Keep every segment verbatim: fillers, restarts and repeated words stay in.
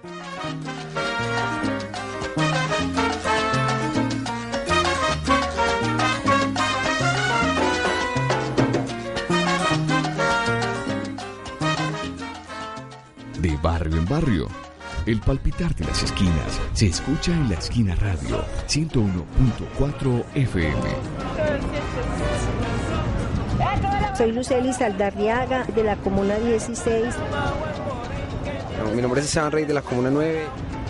De barrio en barrio, el palpitar de las esquinas se escucha en La Esquina Radio ciento uno punto cuatro F M. Soy Luceli Saldarriaga, de la Comuna dieciséis. No, mi nombre es Esteban Rey, de la Comuna nueve.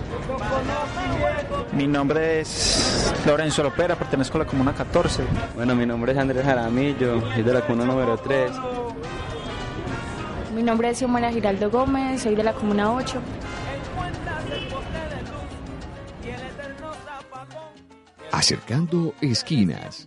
Mi nombre es Lorenzo Lopera, pertenezco a la Comuna catorce. Bueno, mi nombre es Andrés Jaramillo, soy de la Comuna número tres. Mi nombre es Xiomara Giraldo Gómez, soy de la Comuna ocho. Acercando esquinas.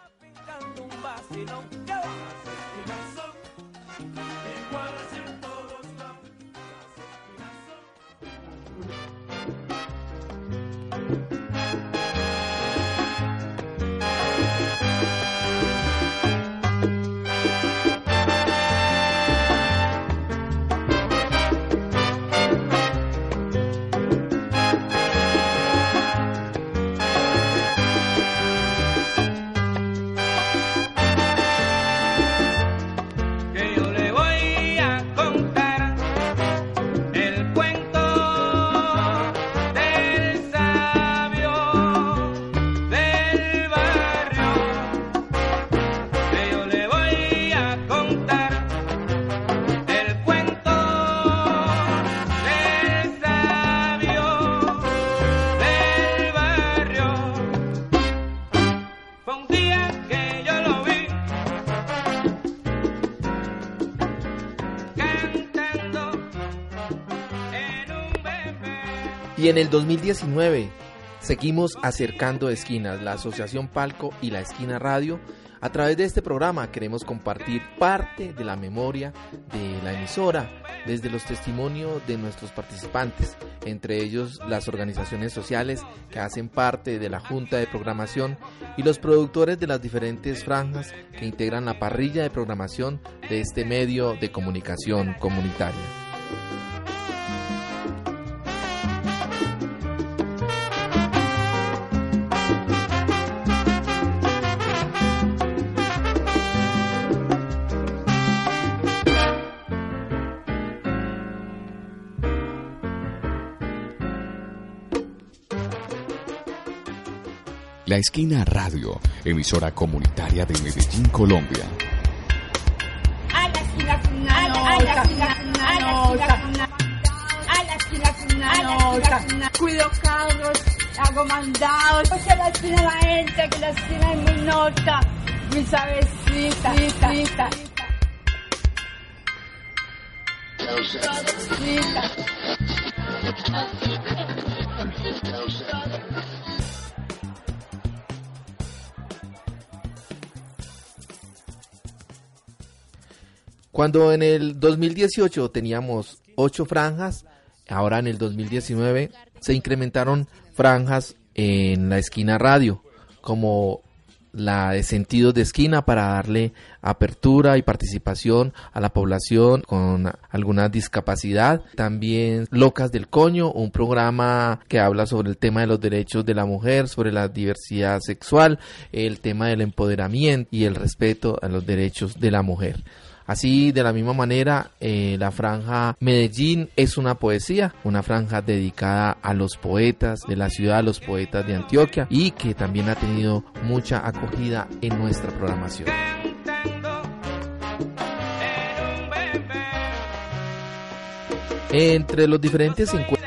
Y en el dos mil diecinueve seguimos acercando esquinas, la Asociación Palco y la Esquina Radio. A través de este programa queremos compartir parte de la memoria de la emisora, desde los testimonios de nuestros participantes, entre ellos las organizaciones sociales que hacen parte de la Junta de Programación y los productores de las diferentes franjas que integran la parrilla de programación de este medio de comunicación comunitaria. La Esquina Radio, emisora comunitaria de Medellín, Colombia. A la esquina, a la esquina, a la esquina, a la esquina, a la esquina. Cuido carros, hago mandados. Pues a la esquina la gente, que la esquina es mi nota, mi sabecita, cita. Cuando en el dos mil dieciocho teníamos ocho franjas, ahora en el dos mil diecinueve se incrementaron franjas en la Esquina Radio, como la de sentidos de esquina, para darle apertura y participación a la población con alguna discapacidad. También Locas del Coño, un programa que habla sobre el tema de los derechos de la mujer, sobre la diversidad sexual, el tema del empoderamiento y el respeto a los derechos de la mujer. Así, de la misma manera, eh, la franja Medellín es una poesía, una franja dedicada a los poetas de la ciudad, a los poetas de Antioquia, y que también ha tenido mucha acogida en nuestra programación. Entre los diferentes encuentros,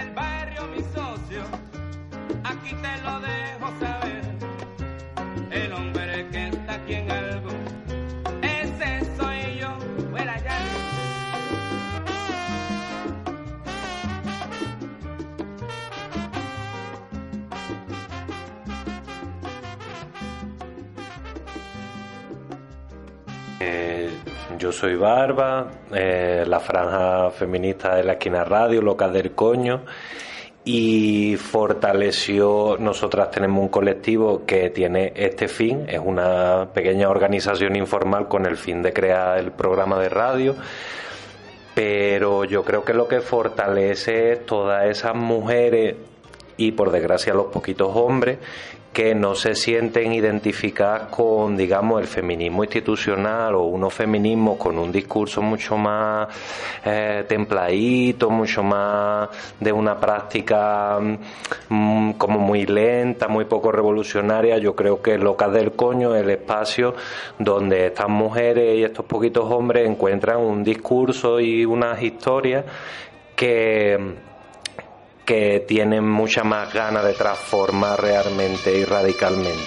Eh, yo soy Barba, eh, la franja feminista de la Esquina Radio, Locas del Coño, y fortaleció, nosotras tenemos un colectivo que tiene este fin, es una pequeña organización informal con el fin de crear el programa de radio, pero yo creo que lo que fortalece es todas esas mujeres y por desgracia los poquitos hombres que no se sienten identificadas con, digamos, el feminismo institucional o unos feminismos con un discurso mucho más eh, templadito, mucho más de una práctica mm, como muy lenta, muy poco revolucionaria. Yo creo que Locas del Coño es el espacio donde estas mujeres y estos poquitos hombres encuentran un discurso y unas historias que que tienen mucha más ganas de transformar realmente y radicalmente.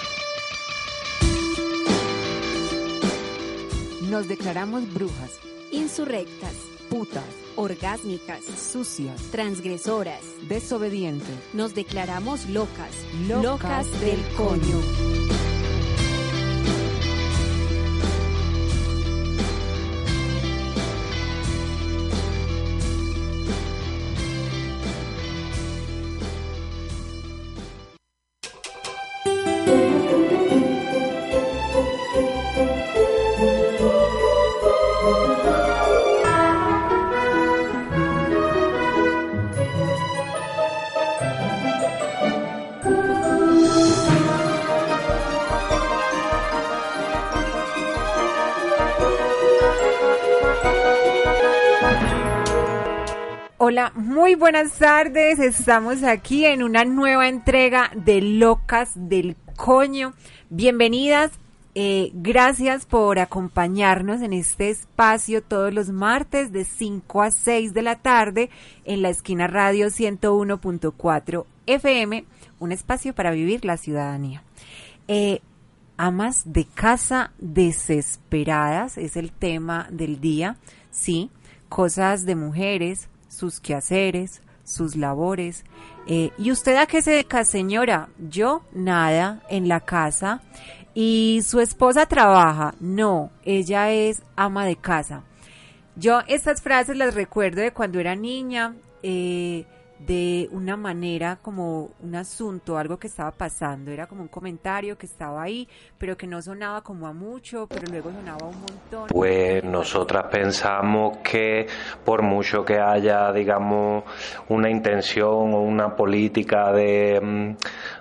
Nos declaramos brujas, insurrectas, putas, orgásmicas, sucias, transgresoras, desobedientes. Nos declaramos locas, locas, locas del coño. Hola, muy buenas tardes. Estamos aquí en una nueva entrega de Locas del Coño. Bienvenidas, eh, gracias por acompañarnos en este espacio todos los martes de cinco a seis de la tarde en la Esquina Radio ciento uno punto cuatro F M, un espacio para vivir la ciudadanía. Eh, amas de casa desesperadas es el tema del día, sí, cosas de mujeres, sus quehaceres, sus labores. Eh, ¿Y usted a qué se dedica, señora? Yo, nada, en la casa. ¿Y su esposa trabaja? No, ella es ama de casa. Yo estas frases las recuerdo de cuando era niña, eh, de una manera como un asunto, algo que estaba pasando, era como un comentario que estaba ahí, pero que no sonaba como a mucho, pero luego sonaba un montón. Pues nosotras pensamos que por mucho que haya, digamos, una intención o una política de,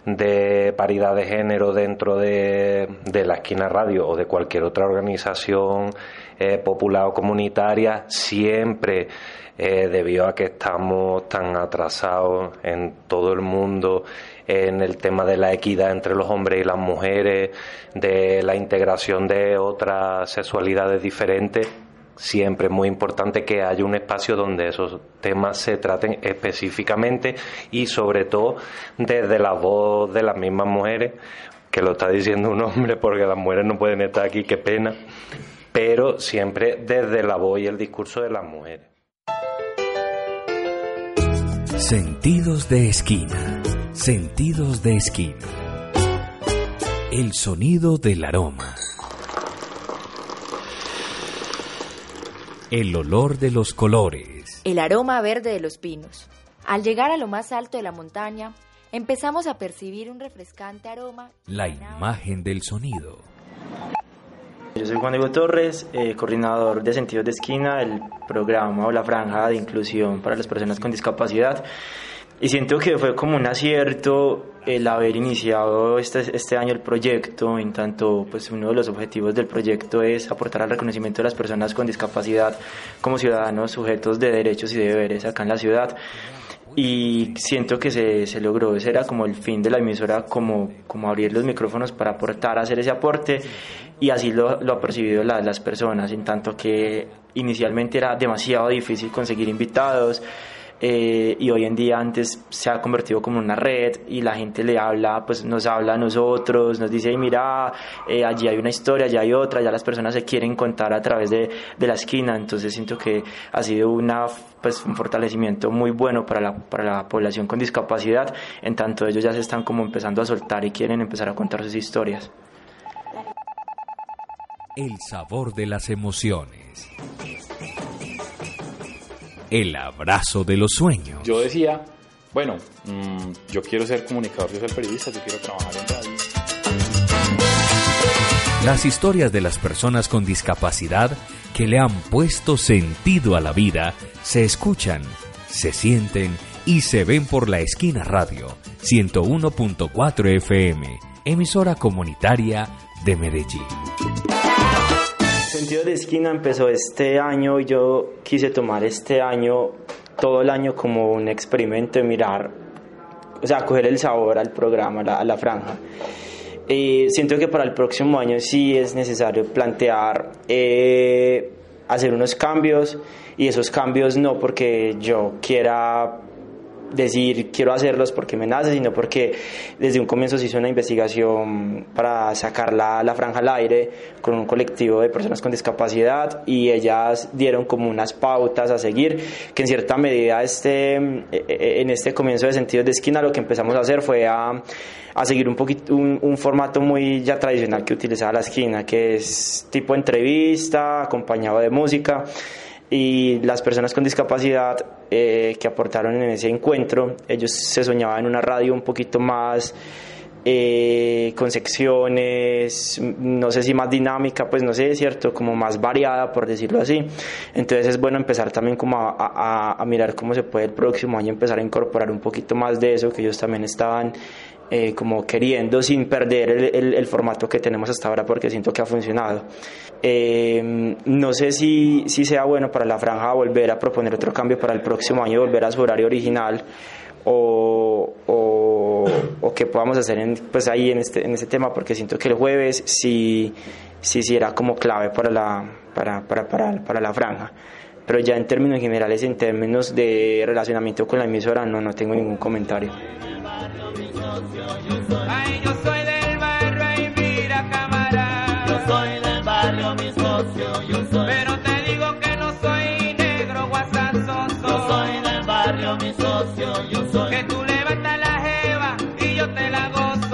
de paridad de género dentro de, de la Esquina Radio o de cualquier otra organización eh, popular o comunitaria, siempre Eh, debido a que estamos tan atrasados en todo el mundo en el tema de la equidad entre los hombres y las mujeres, de la integración de otras sexualidades diferentes, siempre es muy importante que haya un espacio donde esos temas se traten específicamente y sobre todo desde la voz de las mismas mujeres, que lo está diciendo un hombre porque las mujeres no pueden estar aquí, qué pena, pero siempre desde la voz y el discurso de las mujeres. Sentidos de esquina, sentidos de esquina. El sonido del aroma. El olor de los colores. El aroma verde de los pinos. Al llegar a lo más alto de la montaña, empezamos a percibir un refrescante aroma. La imagen del sonido. Yo soy Juan Diego Torres, eh, coordinador de Sentidos de Esquina, el programa o la franja de inclusión para las personas con discapacidad. Y siento que fue como un acierto el haber iniciado este, este año el proyecto, en tanto pues uno de los objetivos del proyecto es aportar al reconocimiento de las personas con discapacidad como ciudadanos sujetos de derechos y deberes acá en la ciudad. Y siento que se, se logró, ese era como el fin de la emisora, como, como abrir los micrófonos para aportar, hacer ese aporte, y así lo, lo han percibido la, las personas, en tanto que inicialmente era demasiado difícil conseguir invitados, eh, y hoy en día antes se ha convertido como una red y la gente le habla, pues nos habla a nosotros, nos dice, mira, eh, allí hay una historia, allí hay otra, ya las personas se quieren contar a través de, de la esquina. Entonces siento que ha sido una, pues, un fortalecimiento muy bueno para la, para la población con discapacidad, en tanto ellos ya se están como empezando a soltar y quieren empezar a contar sus historias. El sabor de las emociones. El abrazo de los sueños. Yo decía, bueno, mmm, yo quiero ser comunicador, yo soy periodista, yo quiero trabajar en radio. Las historias de las personas con discapacidad que le han puesto sentido a la vida se escuchan, se sienten y se ven por La Esquina Radio ciento uno punto cuatro F M, emisora comunitaria de Medellín. Sentido de Esquina empezó este año y yo quise tomar este año, todo el año, como un experimento de mirar, o sea, coger el sabor al programa, a la, a la franja. Eh, siento que para el próximo año sí es necesario plantear, eh, hacer unos cambios, y esos cambios no porque yo quiera decir quiero hacerlos porque me nace, sino porque desde un comienzo se hizo una investigación para sacar la, la franja al aire con un colectivo de personas con discapacidad, y ellas dieron como unas pautas a seguir, que en cierta medida este, en este comienzo de Sentidos de Esquina lo que empezamos a hacer fue a, a seguir un poquito un, un formato muy ya tradicional que utilizaba La Esquina, que es tipo entrevista acompañado de música. Y las personas con discapacidad eh, que aportaron en ese encuentro, ellos se soñaban en una radio un poquito más eh, con secciones, no sé si más dinámica, pues no sé, cierto, como más variada, por decirlo así. Entonces es bueno empezar también como a, a, a mirar cómo se puede el próximo año empezar a incorporar un poquito más de eso, que ellos también estaban Eh, como queriendo, sin perder el, el, el formato que tenemos hasta ahora, porque siento que ha funcionado. Eh, no sé si, si sea bueno para la franja volver a proponer otro cambio para el próximo año, volver a su horario original, o, o, o que podamos hacer en, pues ahí en este, en este tema, porque siento que el jueves sí, sí, sí era como clave para la, para, para, para, para la franja. Pero ya en términos generales, en términos de relacionamiento con la emisora, no, no tengo ningún comentario. Ay, yo soy del barrio, ay, mira, camarada. Yo soy del barrio, mi socio, yo soy. Pero te digo que no soy negro, guasanzoso. Yo soy del barrio, mi socio, yo soy. Que tú levantas la jeva y yo te la gozo.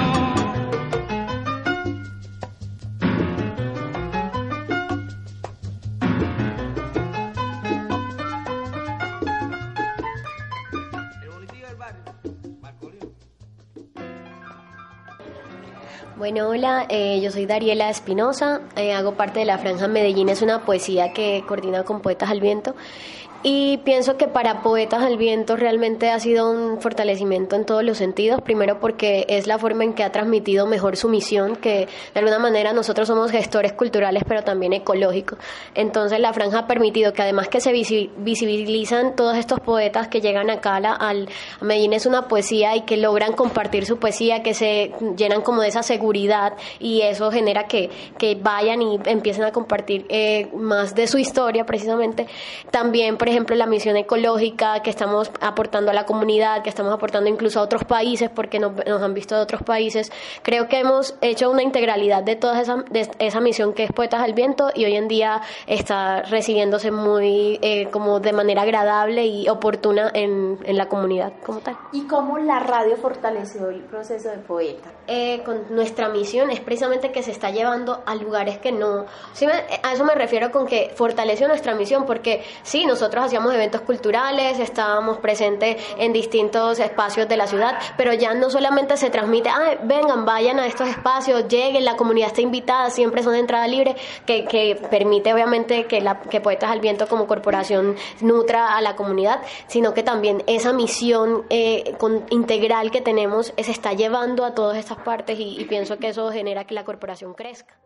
Bueno, hola, eh, yo soy Dariela Espinosa, eh, hago parte de la franja Medellín, es una poesía que coordina con Poetas al Viento, y pienso que para Poetas al Viento realmente ha sido un fortalecimiento en todos los sentidos. Primero porque es la forma en que ha transmitido mejor su misión, que de alguna manera nosotros somos gestores culturales pero también ecológicos. Entonces la franja ha permitido que, además que se visibilizan todos estos poetas que llegan acá a, la, al, a Medellín, es una poesía, y que logran compartir su poesía, que se llenan como de esa seguridad, y eso genera que, que vayan y empiecen a compartir eh, más de su historia precisamente. También, por ejemplo, ejemplo, la misión ecológica que estamos aportando a la comunidad, que estamos aportando incluso a otros países, porque nos, nos han visto de otros países. Creo que hemos hecho una integralidad de toda esa, de esa misión que es Poetas al Viento, y hoy en día está recibiéndose muy eh, como de manera agradable y oportuna en, en la comunidad como tal. ¿Y cómo la radio fortaleció el proceso de Poeta? Eh, con nuestra misión es precisamente que se está llevando a lugares que no... Sí, me, a eso me refiero con que fortaleció nuestra misión, porque sí, nosotros hacíamos eventos culturales, estábamos presentes en distintos espacios de la ciudad, pero ya no solamente se transmite, ah, vengan, vayan a estos espacios, lleguen, la comunidad está invitada, siempre son de entrada libre, que, que permite obviamente que, la, que Poetas al Viento como corporación nutra a la comunidad, sino que también esa misión eh, con, integral que tenemos se está llevando a todas estas partes, y, y pienso que eso genera que la corporación crezca.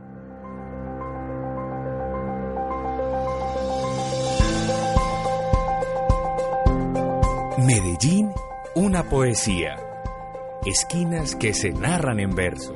Medellín, una poesía. Esquinas que se narran en verso.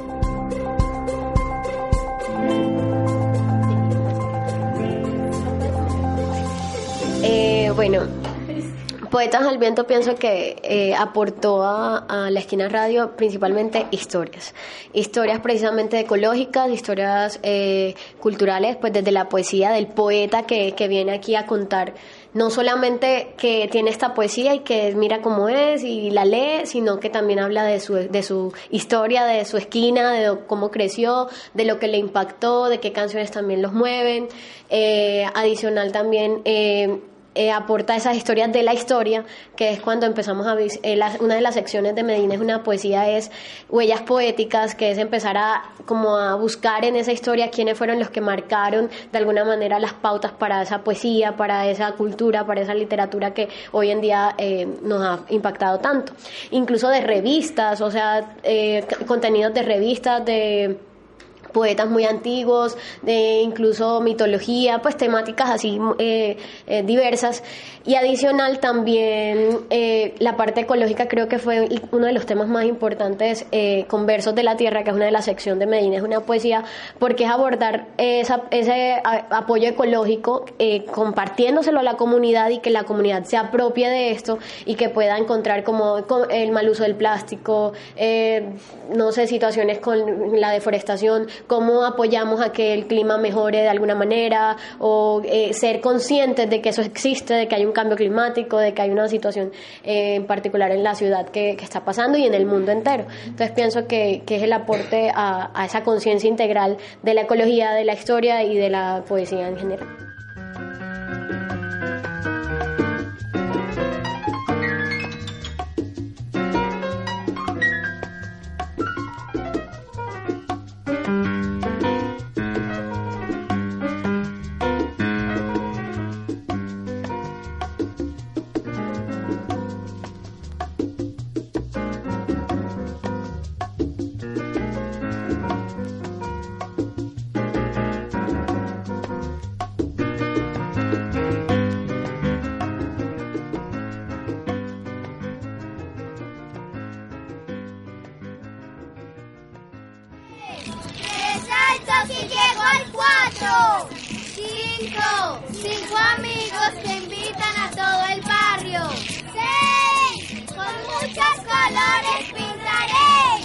Eh, bueno, Poetas al Viento pienso que eh, aportó a, a La Esquina Radio principalmente historias, historias precisamente ecológicas, historias eh, culturales, pues desde la poesía del poeta que, que viene aquí a contar, no solamente que tiene esta poesía y que mira cómo es y la lee, sino que también habla de su, de su historia, de su esquina, de cómo creció, de lo que le impactó, de qué canciones también los mueven. Eh, adicional también... Eh, eh, aporta esas historias de la historia, que es cuando empezamos a... Eh, la, una de las secciones de Medina es una poesía, es Huellas Poéticas, que es empezar a como a buscar en esa historia quiénes fueron los que marcaron de alguna manera las pautas para esa poesía, para esa cultura, para esa literatura que hoy en día eh, nos ha impactado tanto. Incluso de revistas, o sea, eh, contenidos de revistas, de poetas muy antiguos, de incluso mitología, pues temáticas así eh, eh, diversas. Y adicional también eh, la parte ecológica creo que fue uno de los temas más importantes eh, con Versos de la Tierra, que es una de las secciones de Medina, es una poesía, porque es abordar esa, ese a, apoyo ecológico eh, compartiéndoselo a la comunidad y que la comunidad se apropie de esto y que pueda encontrar como, como el mal uso del plástico, eh, no sé, situaciones con la deforestación, cómo apoyamos a que el clima mejore de alguna manera, o eh, ser conscientes de que eso existe, de que hay un cambio climático, de que hay una situación eh, en particular en la ciudad que, que está pasando y en el mundo entero. Entonces pienso que, que es el aporte a, a esa conciencia integral de la ecología, de la historia y de la poesía en general. Cinco amigos que invitan a todo el barrio. Seis, con muchos colores pintaré.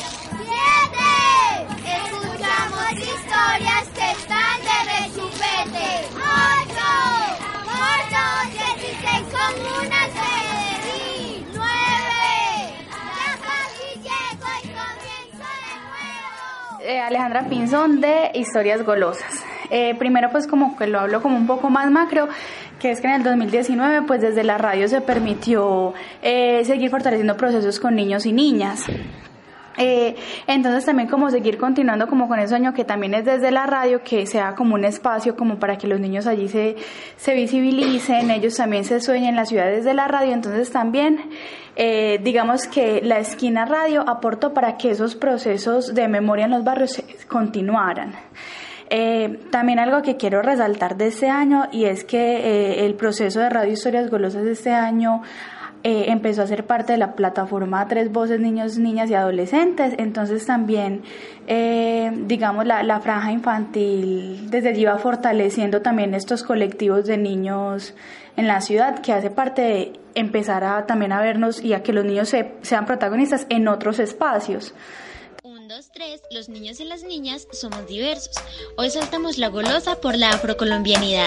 Siete, escuchamos historias que están de rechupete. Ocho, por dieciséis comunas de nueve, ya casi llego y comienzo de nuevo. Eh, Alejandra Pinzón, de Historias Golosas. Eh, primero pues como que lo hablo como un poco más macro, que es que en el dos mil diecinueve pues desde la radio se permitió eh, seguir fortaleciendo procesos con niños y niñas. Eh, entonces también como seguir continuando como con ese sueño que también es desde la radio, que sea como un espacio como para que los niños allí se, se visibilicen, ellos también se sueñen la ciudad desde la radio. Entonces también eh, digamos que la Esquina Radio aportó para que esos procesos de memoria en los barrios continuaran. Eh, también algo que quiero resaltar de este año, y es que eh, el proceso de Radio Historias Golosas de este año eh, empezó a ser parte de la plataforma Tres Voces, Niños, Niñas y Adolescentes. Entonces también eh, digamos la, la franja infantil desde allí va fortaleciendo también estos colectivos de niños en la ciudad, que hace parte de empezar a también a vernos y a que los niños se, sean protagonistas en otros espacios. Dos, tres, los niños y las niñas somos diversos. Hoy saltamos la golosa por la afrocolombianidad.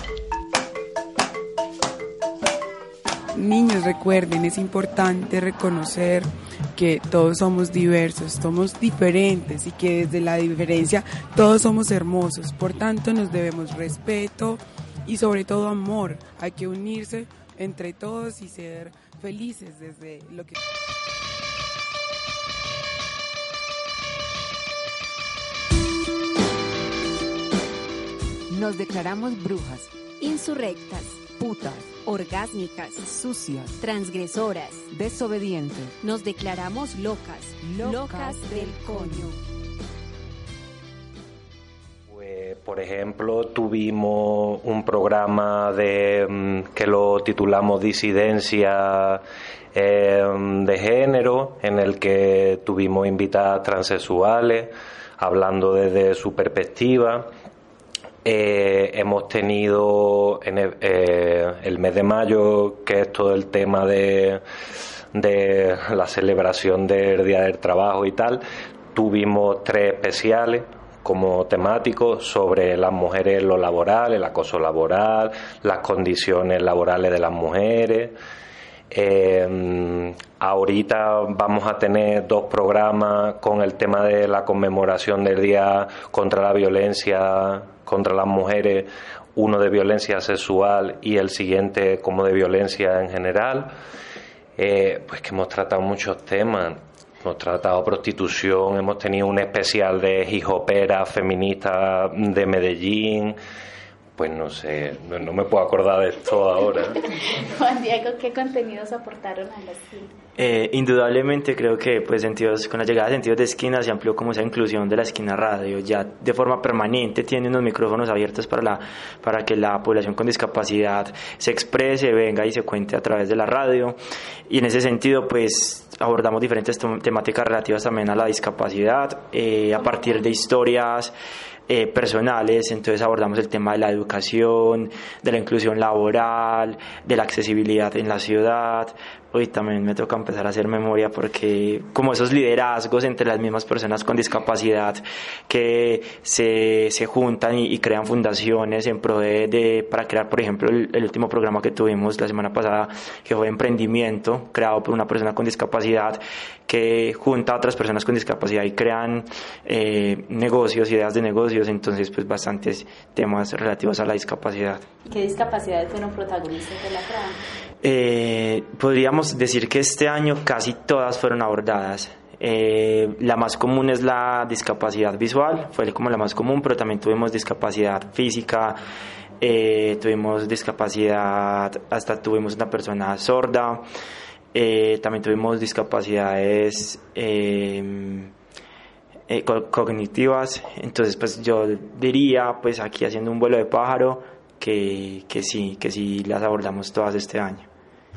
Niños, recuerden, es importante reconocer que todos somos diversos, somos diferentes y que desde la diferencia todos somos hermosos. Por tanto, nos debemos respeto y sobre todo amor. Hay que unirse entre todos y ser felices desde lo que... Nos declaramos brujas, insurrectas, putas, orgásmicas, sucias, transgresoras, desobedientes. Nos declaramos locas, locas, locas del coño. Pues, por ejemplo, tuvimos un programa de que lo titulamos Disidencia eh, de Género, en el que tuvimos invitadas transexuales hablando desde su perspectiva. Eh, hemos tenido en el, eh, el mes de mayo, que es todo el tema de, de la celebración del Día del Trabajo y tal, tuvimos tres especiales como temáticos sobre las mujeres en lo laboral, el acoso laboral, las condiciones laborales de las mujeres. Eh, ahorita vamos a tener dos programas con el tema de la conmemoración del Día contra la Violencia contra las Mujeres, uno de violencia sexual y el siguiente como de violencia en general. Eh, pues que hemos tratado muchos temas. Hemos tratado prostitución, hemos tenido un especial de hijopera feminista de Medellín. Pues no sé, no, no me puedo acordar de todo ahora. Juan Diego, ¿qué contenidos aportaron a la esquina? Eh, indudablemente creo que pues sentidos, con la llegada de Sentidos de Esquina se amplió como esa inclusión de la Esquina Radio. Ya de forma permanente tiene unos micrófonos abiertos para, la, para que la población con discapacidad se exprese, venga y se cuente a través de la radio. Y en ese sentido pues abordamos diferentes temáticas relativas también a la discapacidad, eh, a partir de historias Eh, personales. Entonces abordamos el tema de la educación, de la inclusión laboral, de la accesibilidad en la ciudad. Hoy también me toca empezar a hacer memoria porque como esos liderazgos entre las mismas personas con discapacidad que se, se juntan y, y crean fundaciones en pro de, de para crear, por ejemplo, el, el último programa que tuvimos la semana pasada, que fue Emprendimiento, creado por una persona con discapacidad que junta a otras personas con discapacidad y crean eh, negocios, ideas de negocios. Entonces pues bastantes temas relativos a la discapacidad. ¿Qué discapacidades fueron protagonistas de la franja? Eh, podríamos decir que este año casi todas fueron abordadas. Eh, la más común es la discapacidad visual, fue como la más común, pero también tuvimos discapacidad física, eh, tuvimos discapacidad, hasta tuvimos una persona sorda, eh, también tuvimos discapacidades eh, eh, co- cognitivas. Entonces pues yo diría, pues aquí haciendo un vuelo de pájaro, que, que sí, que sí las abordamos todas este año.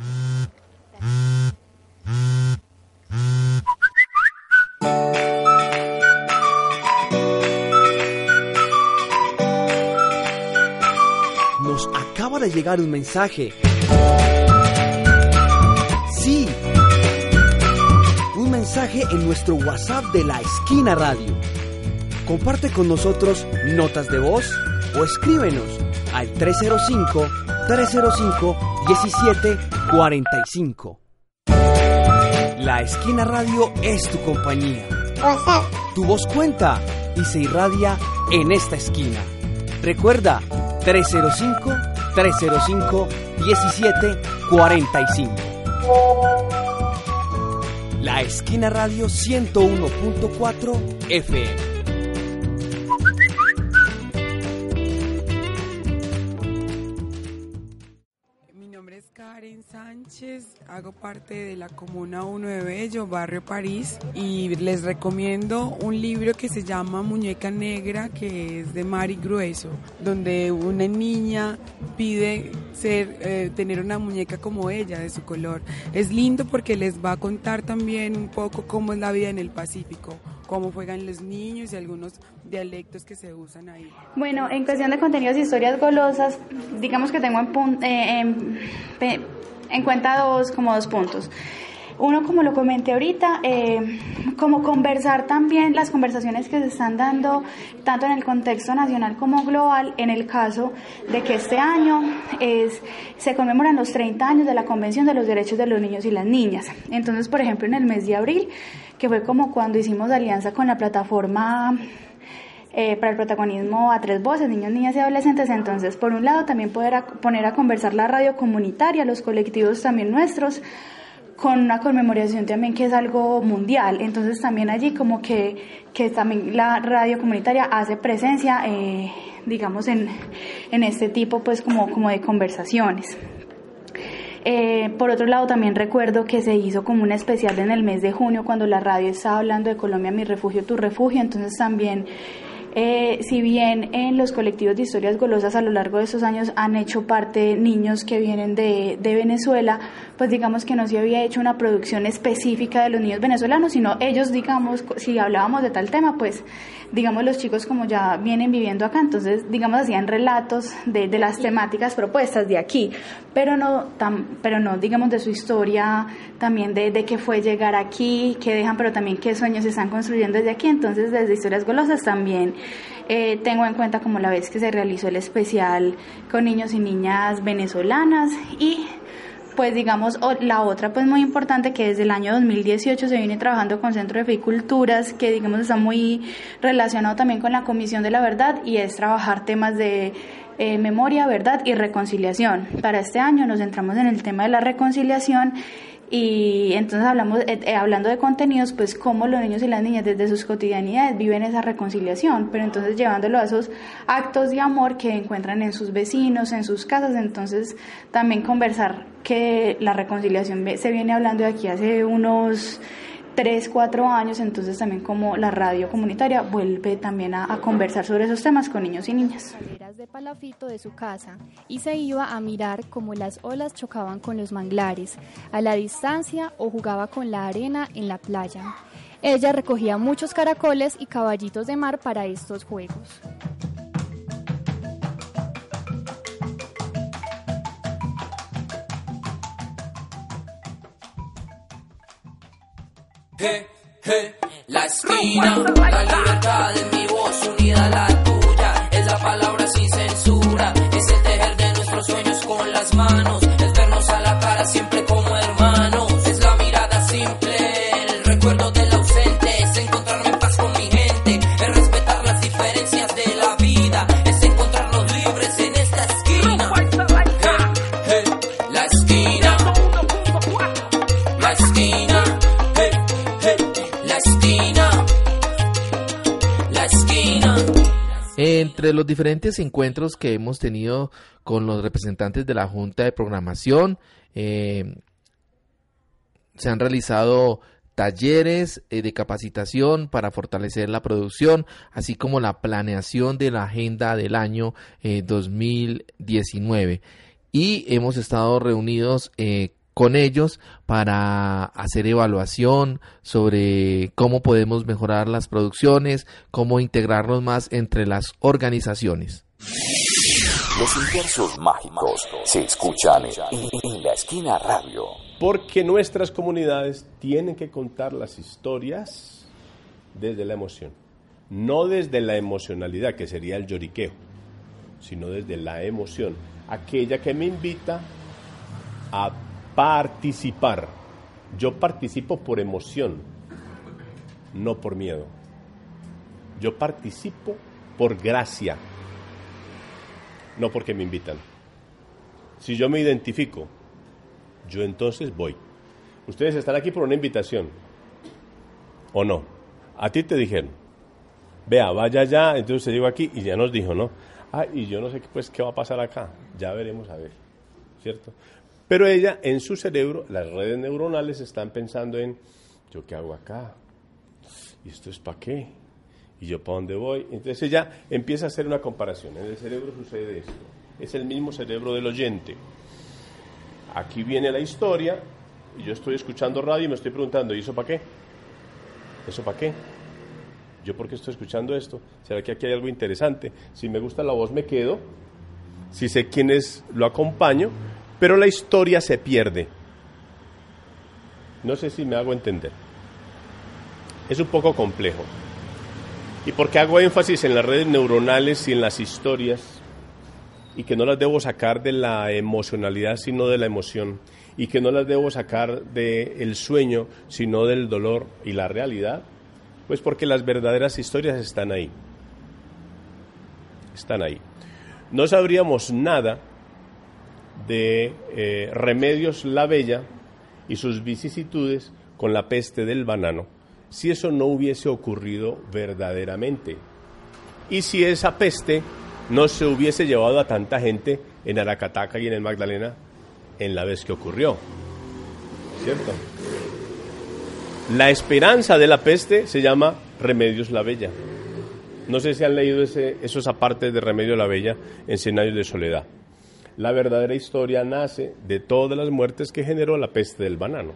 Nos acaba de llegar un mensaje. Sí, un mensaje en nuestro WhatsApp de La Esquina Radio. Comparte con nosotros notas de voz o escríbenos al tres cero cinco, tres cero cinco, diecisiete cuarenta y cinco. La Esquina Radio es tu compañía. WhatsApp. Tu voz cuenta y se irradia en esta esquina. Recuerda, tres cero cinco, tres cero cinco, diecisiete cuarenta y cinco. La Esquina Radio ciento uno punto cuatro F M. Sánchez, hago parte de la Comuna uno de Bello, Barrio París, y les recomiendo un libro que se llama Muñeca Negra, que es de Mari Grueso, donde una niña pide ser, eh, tener una muñeca como ella, de su color. Es lindo porque les va a contar también un poco cómo es la vida en el Pacífico, cómo juegan los niños y algunos dialectos que se usan ahí. Bueno, en cuestión de contenidos y historias golosas, digamos que tengo en, pun- eh, en, pe- en cuenta dos, como dos puntos. Uno, como lo comenté ahorita, eh, como conversar también las conversaciones que se están dando tanto en el contexto nacional como global, en el caso de que este año es, se conmemoran los treinta años de la Convención de los Derechos de los Niños y las Niñas. Entonces, por ejemplo, en el mes de abril, que fue como cuando hicimos alianza con la plataforma Eh, para el protagonismo a tres voces, niños, niñas y adolescentes. Entonces, por un lado, también poder a, poner a conversar la radio comunitaria, los colectivos también nuestros, con una conmemoración también que es algo mundial. Entonces, también allí como que, que también la radio comunitaria hace presencia, eh, digamos, en, en este tipo pues como, como de conversaciones. Eh, por otro lado, también recuerdo que se hizo como un especial en el mes de junio, cuando la radio estaba hablando de Colombia, mi refugio, tu refugio. Entonces también, eh, si bien en los colectivos de historias golosas a lo largo de estos años han hecho parte niños que vienen de, de Venezuela, pues digamos que no se había hecho una producción específica de los niños venezolanos, sino ellos, digamos, si hablábamos de tal tema, pues digamos los chicos como ya vienen viviendo acá, entonces digamos hacían relatos de, de las temáticas propuestas de aquí, pero no tan, pero no digamos de su historia, también de, de qué fue llegar aquí, qué dejan, pero también qué sueños se están construyendo desde aquí. Entonces desde Historias Golosas también eh, tengo en cuenta como la vez que se realizó el especial con niños y niñas venezolanas, y pues digamos la otra pues muy importante, que desde el año dos mil dieciocho se viene trabajando con Centro de Fe y Culturas, que digamos está muy relacionado también con la Comisión de la Verdad, y es trabajar temas de eh, memoria, verdad y reconciliación. Para este año nos centramos en el tema de la reconciliación. Y entonces hablamos, eh, hablando de contenidos, pues cómo los niños y las niñas desde sus cotidianidades viven esa reconciliación, pero entonces llevándolo a esos actos de amor que encuentran en sus vecinos, en sus casas. Entonces también conversar que la reconciliación se viene hablando de aquí hace unos tres, cuatro años, entonces también como la radio comunitaria vuelve también a, a conversar sobre esos temas con niños y niñas. De palafito de su casa y se iba a mirar cómo las olas chocaban con los manglares a la distancia o jugaba con la arena en la playa. Ella recogía muchos caracoles y caballitos de mar para estos juegos. Hey, hey, la esquina, la libertad es mi voz unida a la tuya, es la palabra sin censura, es el tejer de nuestros sueños con las manos, es vernos a la cara siempre como hermanos, es la mirada simple, el recuerdo del ausente, es encontrarme en paz con mi gente, es respetar las diferencias de la vida, es encontrarnos libres en esta esquina. Hey, hey, la esquina, la esquina. Entre los diferentes encuentros que hemos tenido con los representantes de la Junta de Programación, eh, se han realizado talleres eh, de capacitación para fortalecer la producción, así como la planeación de la agenda del año eh, dos mil diecinueve. Y hemos estado reunidos eh, con ellos para hacer evaluación sobre cómo podemos mejorar las producciones, cómo integrarnos más entre las organizaciones. Los universos mágicos se escuchan en, en la esquina radio. Porque nuestras comunidades tienen que contar las historias desde la emoción, no desde la emocionalidad, que sería el lloriqueo, sino desde la emoción, aquella que me invita a participar. Yo participo por emoción, no por miedo. Yo participo por gracia, no porque me invitan. Si yo me identifico, yo entonces voy. Ustedes están aquí por una invitación, ¿o no? A ti te dijeron, vea, vaya allá, entonces usted llegó aquí y ya nos dijo, ¿no? Ah, y yo no sé pues qué va a pasar acá, ya veremos a ver, ¿cierto? Pero ella, en su cerebro, las redes neuronales están pensando en, ¿yo qué hago acá? ¿Y esto es para qué? ¿Y yo para dónde voy? Entonces ella empieza a hacer una comparación. En el cerebro sucede esto. Es el mismo cerebro del oyente. Aquí viene la historia, y yo estoy escuchando radio y me estoy preguntando, ¿y eso para qué? ¿Eso para qué? ¿Yo por qué estoy escuchando esto? ¿Será que aquí hay algo interesante? Si me gusta la voz me quedo, si sé quién es, lo acompaño, pero la historia se pierde. No sé si me hago entender. Es un poco complejo. ¿Y por qué hago énfasis en las redes neuronales y en las historias? Y que no las debo sacar de la emocionalidad, sino de la emoción. Y que no las debo sacar del sueño, sino del dolor y la realidad. Pues porque las verdaderas historias están ahí. Están ahí. No sabríamos nada de eh, Remedios la Bella y sus vicisitudes con la peste del banano, si eso no hubiese ocurrido verdaderamente, y si esa peste no se hubiese llevado a tanta gente en Aracataca y en el Magdalena en la vez que ocurrió, ¿cierto? La esperanza de la peste se llama Remedios la Bella. No sé si han leído ese, esos apartes de Remedios la Bella en Cien años de soledad. La verdadera historia nace de todas las muertes que generó la peste del banano.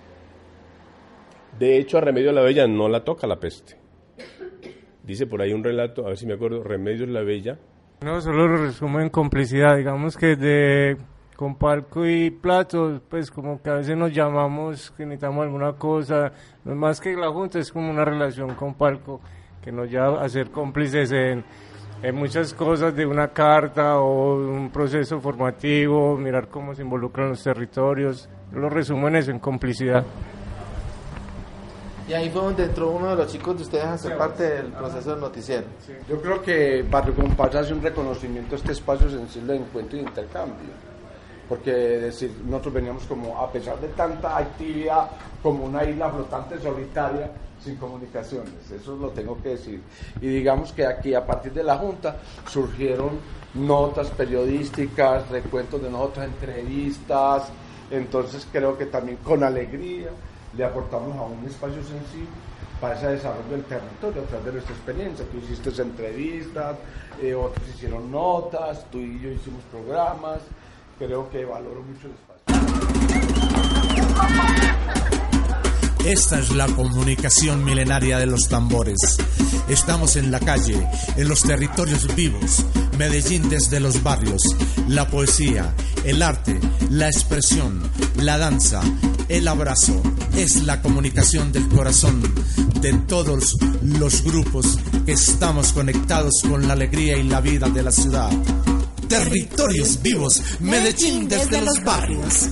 De hecho, a Remedios la Bella no la toca la peste. Dice por ahí un relato, a ver si me acuerdo, Remedios la Bella. No, solo lo resumo en complicidad. Digamos que de con palco y platos, pues como que a veces nos llamamos, que necesitamos alguna cosa. No es más que la Junta, es como una relación con palco que nos lleva a ser cómplices en... en muchas cosas de una carta o un proceso formativo, mirar cómo se involucran los territorios. Yo lo resumo en eso, en complicidad. Y ahí fue donde entró uno de los chicos de ustedes a ser parte del proceso del noticiero. Sí, yo creo que Barrio Compás hace un reconocimiento a este espacio sensible de encuentro y intercambio, porque decir, nosotros veníamos como, a pesar de tanta actividad, como una isla flotante solitaria, sin comunicaciones, eso lo tengo que decir. Y digamos que aquí, a partir de la Junta, surgieron notas periodísticas, recuentos de nosotros, entrevistas, entonces creo que también con alegría le aportamos a un espacio sensible para ese desarrollo del territorio a través de nuestra experiencia. Tú hiciste entrevistas, eh, otros hicieron notas, tú y yo hicimos programas, creo que valoro mucho el espacio. Esta es la comunicación milenaria de los tambores. Estamos en la calle, en los territorios vivos, Medellín desde los barrios, la poesía, el arte, la expresión, la danza, el abrazo, es la comunicación del corazón de todos los grupos que estamos conectados con la alegría y la vida de la ciudad. Territorios vivos, Medellín desde los barrios.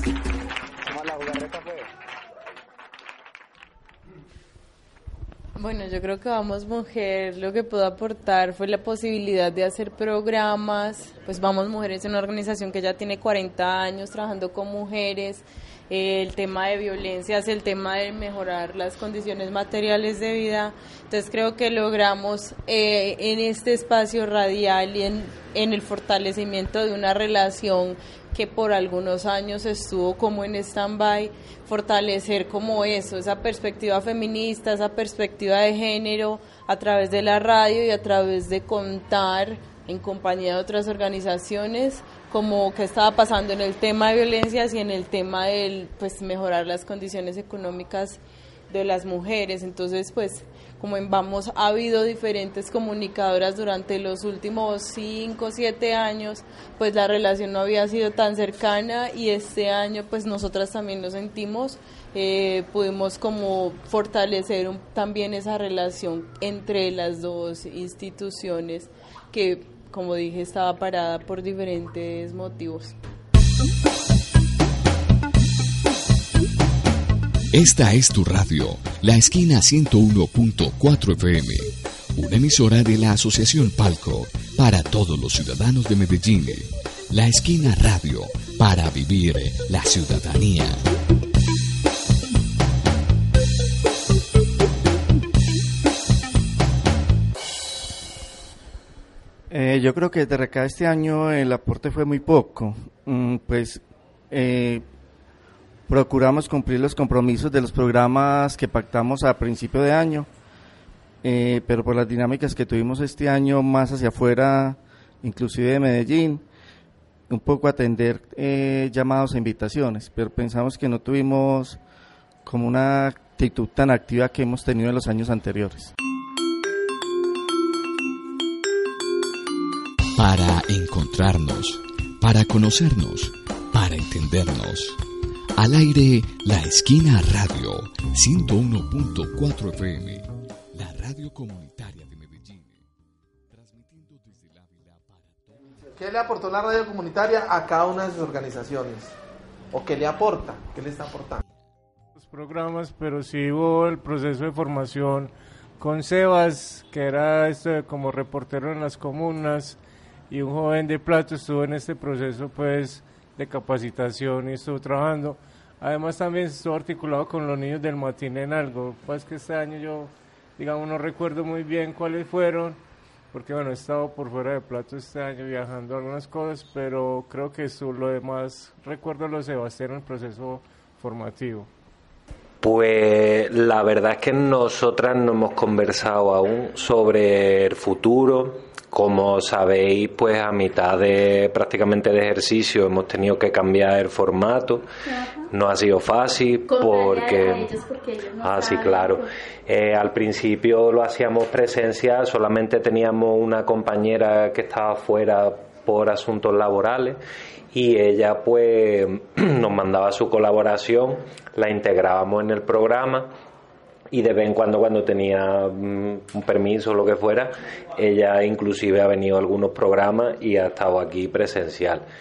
Bueno, yo creo que Vamos Mujer lo que pudo aportar fue la posibilidad de hacer programas. Pues Vamos Mujer es una organización que ya tiene cuarenta años trabajando con mujeres. Eh, el tema de violencia es el tema de mejorar las condiciones materiales de vida. Entonces creo que logramos eh, en este espacio radial y en, en el fortalecimiento de una relación que por algunos años estuvo como en stand-by, fortalecer como eso, esa perspectiva feminista, esa perspectiva de género a través de la radio y a través de contar en compañía de otras organizaciones como qué estaba pasando en el tema de violencias y en el tema de pues mejorar las condiciones económicas de las mujeres. Entonces pues como en Vamos ha habido diferentes comunicadoras durante los últimos cinco o siete años, pues la relación no había sido tan cercana y este año pues nosotras también lo sentimos, eh, pudimos como fortalecer un, también esa relación entre las dos instituciones que, como dije, estaba parada por diferentes motivos. Esta es tu radio, La Esquina ciento uno punto cuatro F M, una emisora de la Asociación Palco para todos los ciudadanos de Medellín. La Esquina Radio, para vivir la ciudadanía. Eh, yo creo que desde acá este año el aporte fue muy poco, mm, pues eh, procuramos cumplir los compromisos de los programas que pactamos a principio de año, eh, pero por las dinámicas que tuvimos este año más hacia afuera, inclusive de Medellín, un poco atender eh, llamados e invitaciones, pero pensamos que no tuvimos como una actitud tan activa que hemos tenido en los años anteriores. Para encontrarnos, para conocernos, para entendernos. Al aire, La Esquina Radio, ciento uno punto cuatro F M, la radio comunitaria de Medellín. Transmitiendo desde la Ávila para todo. ¿Qué le aportó la radio comunitaria a cada una de sus organizaciones? ¿O qué le aporta? ¿Qué le está aportando? Los programas, pero sí hubo el proceso de formación con Sebas, que era esto como reportero en las comunas, y un joven de Plato estuvo en este proceso pues de capacitación y estuvo trabajando. Además también estuvo articulado con los niños del Matín en algo, pues que este año yo, digamos, no recuerdo muy bien cuáles fueron, porque bueno, he estado por fuera de Plato este año viajando algunas cosas, pero creo que eso, lo demás, recuerdo lo de Sebastián en el proceso formativo. Pues la verdad es que nosotras no hemos conversado aún sobre el futuro. Como sabéis, pues a mitad de prácticamente de ejercicio hemos tenido que cambiar el formato. No ha sido fácil porque... porque no ah, sí, claro. Eh, al principio lo hacíamos presencial, solamente teníamos una compañera que estaba fuera por asuntos laborales y ella pues nos mandaba su colaboración, la integrábamos en el programa. Y de vez en cuando, cuando tenía um, un permiso o lo que fuera, ella inclusive ha venido a algunos programas y ha estado aquí presencial.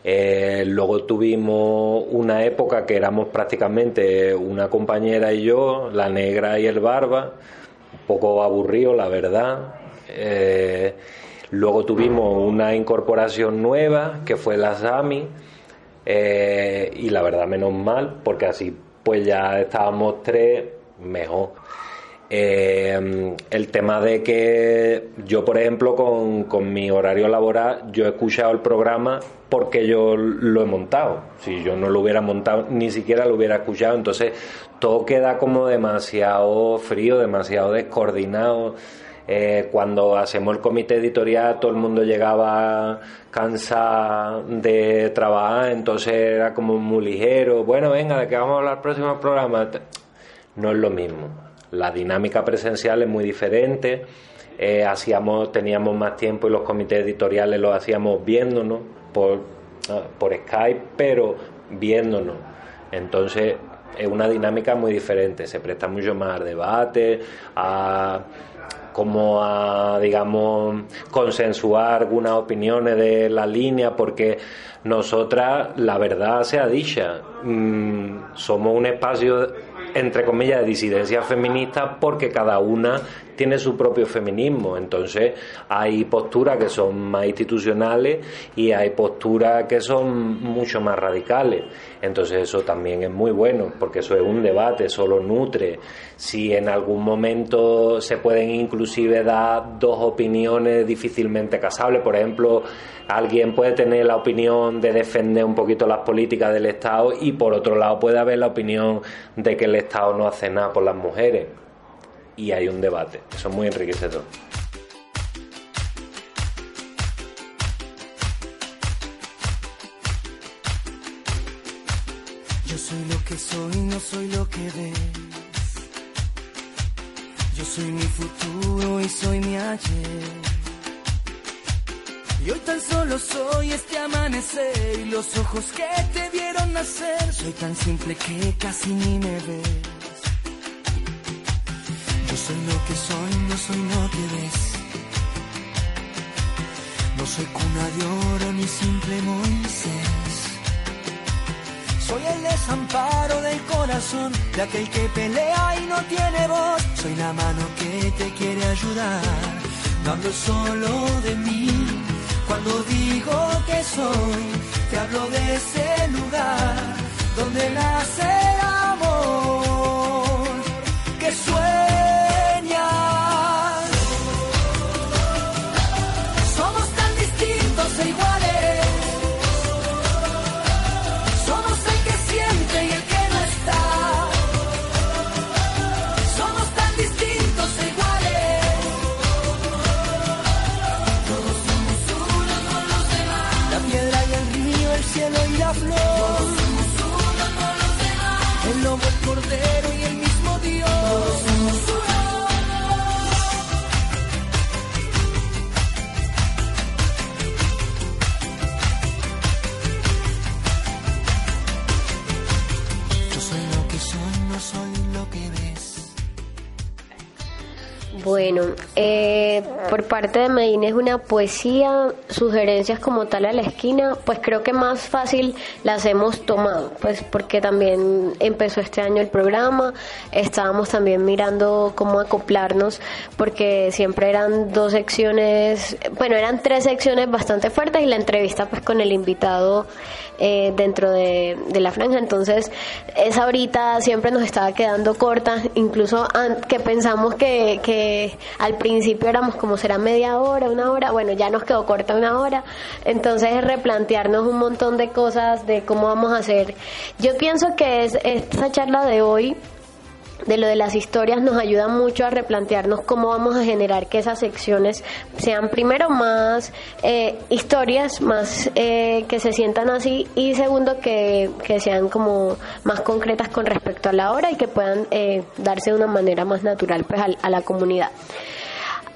Eh, luego tuvimos una época que éramos prácticamente una compañera y yo, la negra y el barba, un poco aburrido, la verdad. Eh, luego tuvimos una incorporación nueva, que fue la Sami, eh, y la verdad menos mal, porque así pues ya estábamos tres, mejor. Eh, el tema de que yo, por ejemplo, con, con mi horario laboral, yo he escuchado el programa porque yo lo he montado. Si yo no lo hubiera montado, ni siquiera lo hubiera escuchado. Entonces todo queda como demasiado frío, demasiado descoordinado. Eh, cuando hacemos el comité editorial, todo el mundo llegaba cansado de trabajar, entonces era como muy ligero. Bueno, venga, ¿de qué vamos a hablar el próximo programa? No es lo mismo. La dinámica presencial es muy diferente. Eh, hacíamos, teníamos más tiempo y los comités editoriales los hacíamos viéndonos por, por Skype, pero viéndonos. Entonces es una dinámica muy diferente. Se presta mucho más al debate, a como a, digamos, consensuar algunas opiniones de la línea, porque nosotras, la verdad sea dicha, mmm, somos un espacio, entre comillas, de disidencia feminista, porque cada una tiene su propio feminismo. Entonces hay posturas que son más institucionales y hay posturas que son mucho más radicales. Entonces eso también es muy bueno, porque eso es un debate, eso lo nutre. Si en algún momento se pueden inclusive dar dos opiniones difícilmente casables, por ejemplo, alguien puede tener la opinión de defender un poquito las políticas del Estado y por otro lado puede haber la opinión de que el Estado no hace nada por las mujeres. Y hay un debate, eso es muy enriquecedor. Yo soy lo que soy, no soy lo que ves. Yo soy mi futuro y soy mi ayer. Y hoy tan solo soy este amanecer y los ojos que te vieron nacer. Soy tan simple que casi ni me ves. Yo soy lo que soy, no soy lo que ves. No soy cuna de oro ni simple Moisés. Soy el desamparo del corazón de aquel que pelea y no tiene voz. Soy la mano que te quiere ayudar. No hablo solo de mí. Cuando digo que soy, te hablo de ese lugar donde nace el amor que sueña. Somos tan distintos e iguales. Somos el que siente y el que no está. Somos tan distintos e iguales. Todos somos uno con los demás. La piedra y el río, el cielo y la flor. Todos somos uno con los demás. El lobo, el cordero y el mismo Dios. Todos somos uno. Bueno, eh, por parte de Medellín es una poesía, sugerencias como tal a la esquina, pues creo que más fácil las hemos tomado, pues porque también empezó este año el programa, estábamos también mirando cómo acoplarnos, porque siempre eran dos secciones, bueno, eran tres secciones bastante fuertes y la entrevista pues con el invitado eh, dentro de, de la franja, entonces esa horita siempre nos estaba quedando corta, incluso que pensamos que, que al principio éramos como será media hora, una hora, bueno, ya nos quedó corta una hora, entonces es replantearnos un montón de cosas de cómo vamos a hacer. Yo pienso que es, esta charla de hoy, de lo de las historias, nos ayuda mucho a replantearnos cómo vamos a generar que esas secciones sean primero más eh, historias, más eh, que se sientan así, y segundo que, que sean como más concretas con respecto a la hora y que puedan eh, darse de una manera más natural pues a, a la comunidad.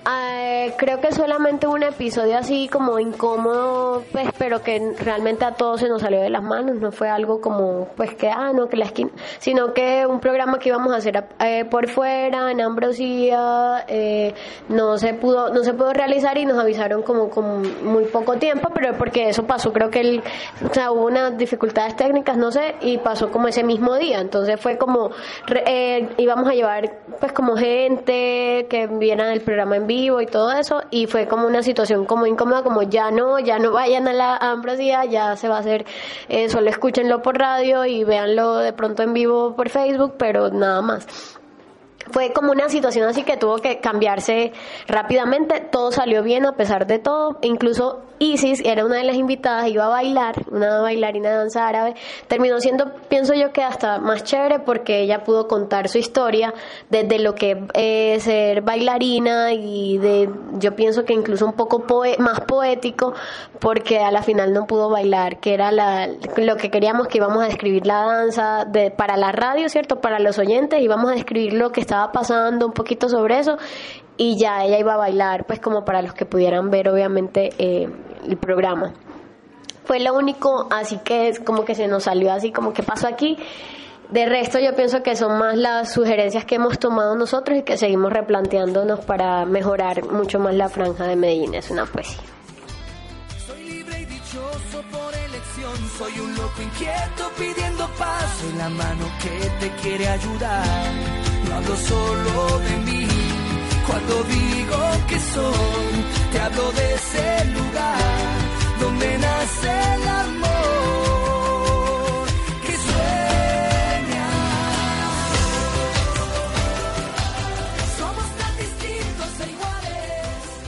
Eh, creo que solamente un episodio así como incómodo, pues, pero que realmente a todos se nos salió de las manos. No fue algo como, pues, que, ah, no, que la esquina, sino que un programa que íbamos a hacer eh, por fuera, en Ambrosía, eh, no se pudo no se pudo realizar y nos avisaron como con muy poco tiempo, pero porque eso pasó, creo que el, o sea, hubo unas dificultades técnicas, no sé, y pasó como ese mismo día. Entonces fue como, eh, íbamos a llevar, pues, como gente que viera el programa en vivo y todo eso, y fue como una situación como incómoda, como ya no, ya no vayan a la Ambrosía, ya se va a hacer, eh, solo escúchenlo por radio y véanlo de pronto en vivo por Facebook, pero nada más. Fue como una situación así que tuvo que cambiarse rápidamente. Todo salió bien a pesar de todo. Incluso Isis era una de las invitadas, iba a bailar, una bailarina de danza árabe. Terminó siendo, pienso yo, que hasta más chévere porque ella pudo contar su historia desde lo que es ser bailarina y de, yo pienso que incluso un poco poe, más poético, porque a la final no pudo bailar, que era la, lo que queríamos, que íbamos a describir la danza de, para la radio, ¿cierto? Para los oyentes, íbamos a describir lo que estaba pasando, un poquito sobre eso, y ya ella iba a bailar, pues, como para los que pudieran ver obviamente eh, el programa. Fue lo único, así que es como que se nos salió así como que pasó aquí. De resto yo pienso que son más las sugerencias que hemos tomado nosotros y que seguimos replanteándonos para mejorar mucho más la franja de Medellín. Es una poesía. Soy libre y dichoso por elección, soy un loco inquieto pidiendo paz, soy la mano que te quiere ayudar. No hablo solo de mí, cuando digo que soy, te hablo de ese lugar donde nace el amor que sueña. Somos tan distintos e iguales.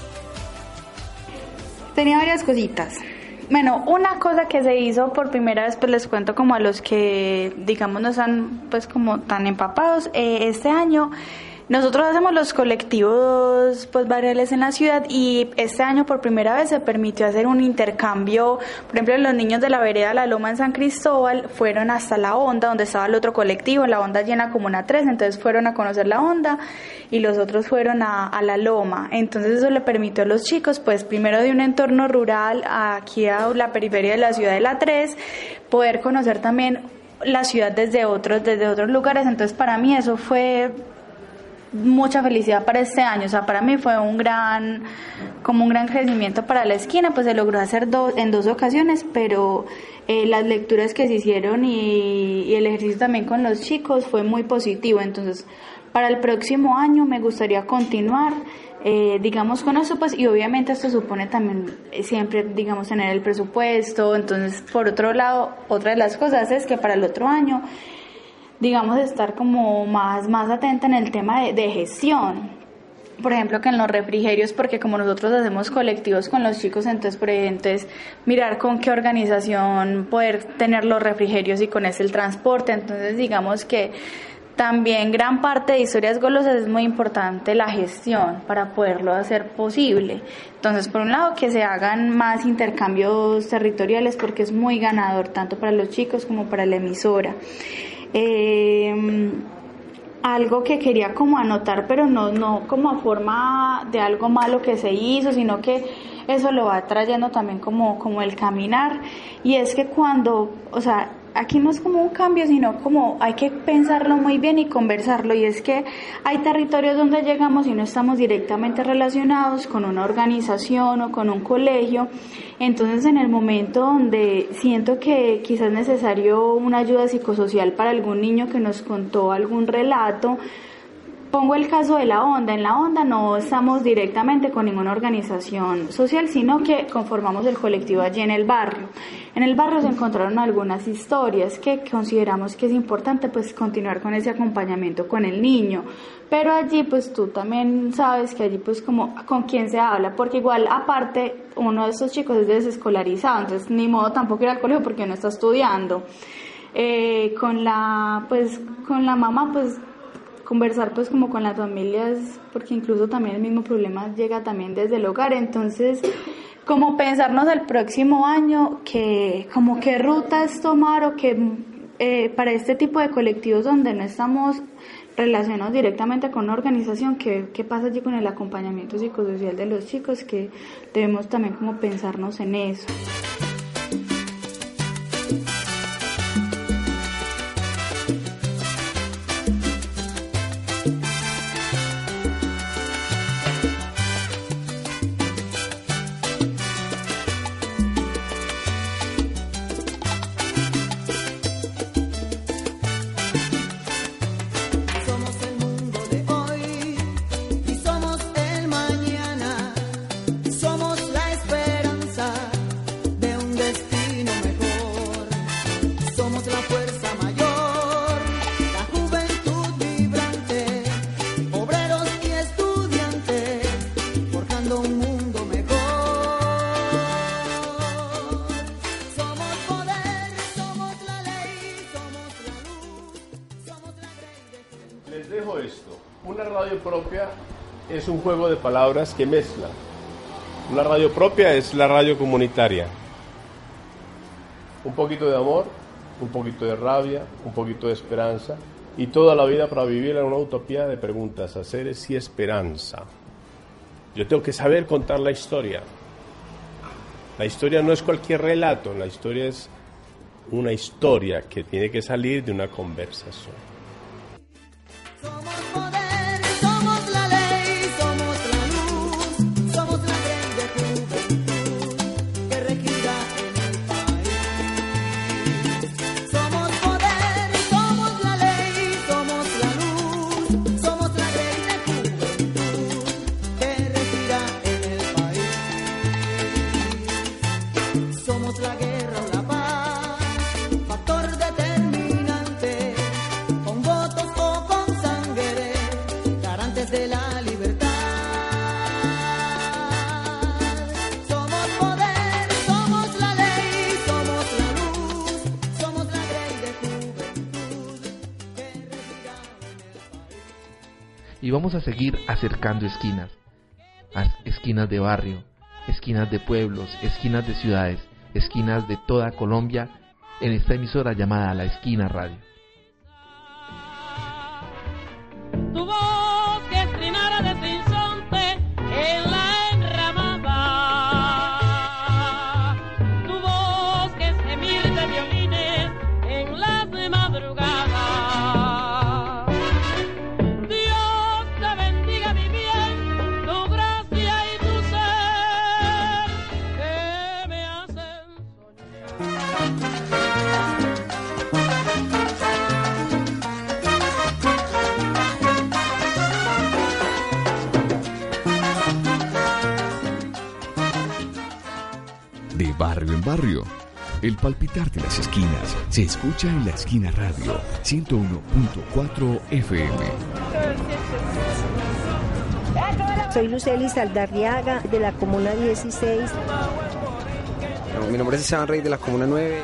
Tenía varias cositas. Bueno, una cosa que se hizo por primera vez, pues les cuento como a los que, digamos, no están pues como tan empapados, eh, este año nosotros hacemos los colectivos pues barriales en la ciudad, y este año por primera vez se permitió hacer un intercambio. Por ejemplo, los niños de la vereda La Loma en San Cristóbal fueron hasta la Honda, donde estaba el otro colectivo, la Honda llena Comuna tres, entonces fueron a conocer la Honda y los otros fueron a, a la Loma. Entonces eso le permitió a los chicos, pues primero de un entorno rural aquí a la periferia de la ciudad de la tres, poder conocer también la ciudad desde otros, desde otros lugares. Entonces para mí eso fue mucha felicidad para este año, o sea, para mí fue un gran, como un gran crecimiento para la esquina. Pues se logró hacer do, en dos ocasiones, pero eh, las lecturas que se hicieron y, y el ejercicio también con los chicos fue muy positivo. Entonces, para el próximo año me gustaría continuar, eh, digamos, con eso, pues, y obviamente esto supone también eh, siempre, digamos, tener el presupuesto. Entonces, por otro lado, otra de las cosas es que para el otro año, digamos, estar como más, más atenta en el tema de, de gestión. Por ejemplo, que en los refrigerios, porque como nosotros hacemos colectivos con los chicos, entonces, por ejemplo, es mirar con qué organización poder tener los refrigerios y con ese el transporte. Entonces, digamos que también gran parte de Historias Golosas es muy importante la gestión para poderlo hacer posible. Entonces, por un lado, que se hagan más intercambios territoriales, porque es muy ganador tanto para los chicos como para la emisora. Eh, algo que quería como anotar, pero no, no como a forma de algo malo que se hizo, sino que eso lo va trayendo también como, como el caminar, y es que cuando, o sea, aquí no es como un cambio, sino como hay que pensarlo muy bien y conversarlo, y es que hay territorios donde llegamos y no estamos directamente relacionados con una organización o con un colegio. Entonces, en el momento donde siento que quizás es necesario una ayuda psicosocial para algún niño que nos contó algún relato, pongo el caso de la Honda. En la Honda no estamos directamente con ninguna organización social, sino que conformamos el colectivo allí en el barrio. En el barrio se encontraron algunas historias que consideramos que es importante pues continuar con ese acompañamiento con el niño. Pero allí pues tú también sabes que allí pues como con quién se habla, porque igual aparte uno de estos chicos es desescolarizado, entonces ni modo tampoco ir al colegio porque no está estudiando. Eh, con la pues con la mamá pues conversar pues como con las familias, porque incluso también el mismo problema llega también desde el hogar. Entonces, como pensarnos el próximo año, que como qué rutas tomar o qué eh, para este tipo de colectivos donde no estamos relacionados directamente con una organización, ¿qué, qué pasa allí con el acompañamiento psicosocial de los chicos? Que debemos también como pensarnos en eso. Es un juego de palabras que mezcla. Una radio propia es la radio comunitaria. Un poquito de amor, un poquito de rabia, un poquito de esperanza y toda la vida para vivir en una utopía de preguntas, haceres y esperanza. Yo tengo que saber contar la historia. La historia no es cualquier relato, la historia es una historia que tiene que salir de una conversación. Y vamos a seguir acercando esquinas, esquinas de barrio, esquinas de pueblos, esquinas de ciudades, esquinas de toda Colombia, en esta emisora llamada La Esquina Radio. Tu voz que estrenara de sinsonte en la enramada, tu voz que es gemir de violines en las de madrugada. De barrio en barrio, el palpitar de las esquinas se escucha en La Esquina Radio ciento uno punto cuatro F M. Soy Luceli Saldarriaga, de la Comuna dieciséis. No, mi nombre es Esteban Rey, de la Comuna nueve.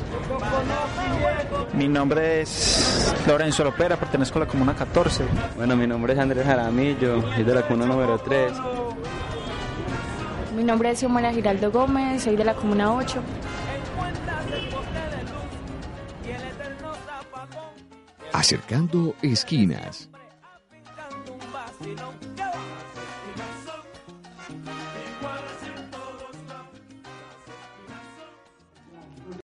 Mi nombre es Lorenzo Lopera, pertenezco a la Comuna catorce. Bueno, mi nombre es Andrés Jaramillo, soy de la Comuna número tres. Mi nombre es Xiomara Giraldo Gómez, soy de la Comuna ocho. Acercando esquinas.